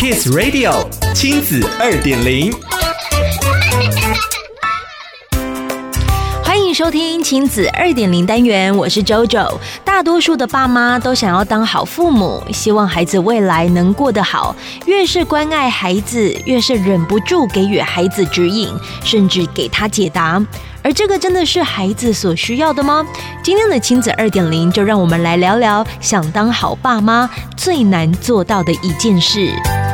Kids Radio 亲子2.0。 欢迎收听亲子2.0单元，我是 JoJo。大多数的爸妈都想要当好父母，希望孩子未来能过得好。越是关爱孩子，越是忍不住给予孩子指引，甚至给他解答。而这个真的是孩子所需要的吗？今天的亲子2.0就让我们来聊聊想当好爸妈最难做到的一件事。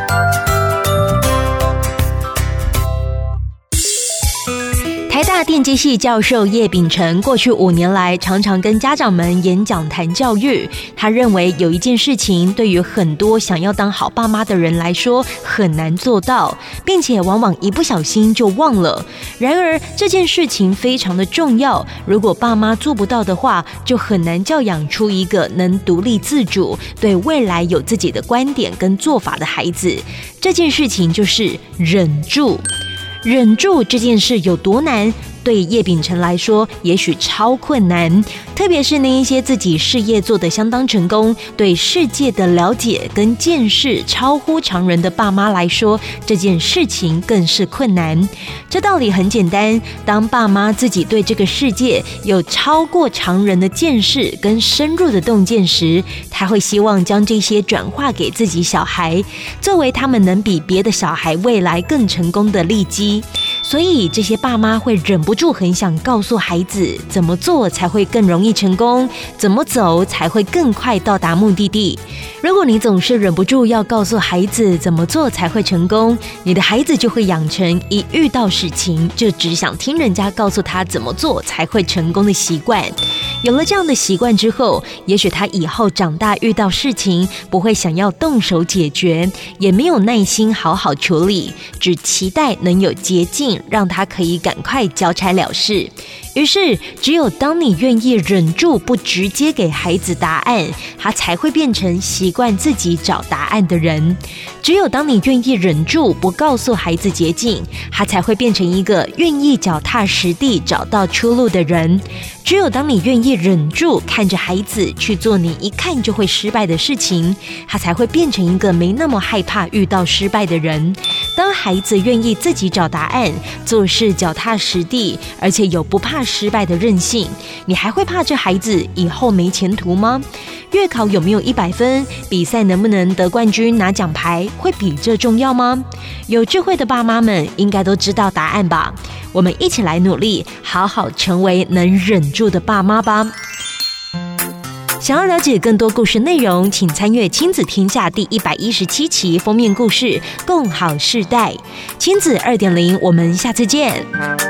台大电机系教授叶丙成过去5年来常常跟家长们演讲谈教育。他认为有一件事情对于很多想要当好爸妈的人来说很难做到，并且往往一不小心就忘了。然而这件事情非常的重要，如果爸妈做不到的话，就很难教养出一个能独立自主、对未来有自己的观点跟做法的孩子。这件事情就是忍住。忍住这件事有多难？对叶丙成来说，也许超困难。特别是那一些自己事业做得相当成功，对世界的了解跟见识超乎常人的爸妈来说，这件事情更是困难。这道理很简单，当爸妈自己对这个世界有超过常人的见识跟深入的洞见时，他会希望将这些转化给自己小孩，作为他们能比别的小孩未来更成功的利基。所以这些爸妈会忍不住很想告诉孩子怎么做才会更容易成功，怎么走才会更快到达目的地。如果你总是忍不住要告诉孩子怎么做才会成功，你的孩子就会养成一遇到事情就只想听人家告诉他怎么做才会成功的习惯。有了这样的习惯之后，也许他以后长大遇到事情不会想要动手解决，也没有耐心好好处理，只期待能有捷径让他可以赶快交差了事。于是只有当你愿意忍住不直接给孩子答案，他才会变成习惯自己找答案的人。只有当你愿意忍住不告诉孩子捷径，他才会变成一个愿意脚踏实地找到出路的人。只有当你愿意忍住看着孩子去做你一看就会失败的事情，他才会变成一个没那么害怕遇到失败的人。当孩子愿意自己找答案，做事脚踏实地，而且有不怕失败的韧性，你还会怕这孩子以后没前途吗？月考有没有100分，比赛能不能得冠军拿奖牌，会比这重要吗？有智慧的爸妈们应该都知道答案吧？我们一起来努力，好好成为能忍住的爸妈吧。想要了解更多故事内容，请参阅《亲子天下》第117期封面故事《共好世代》。亲子2.0，我们下次见。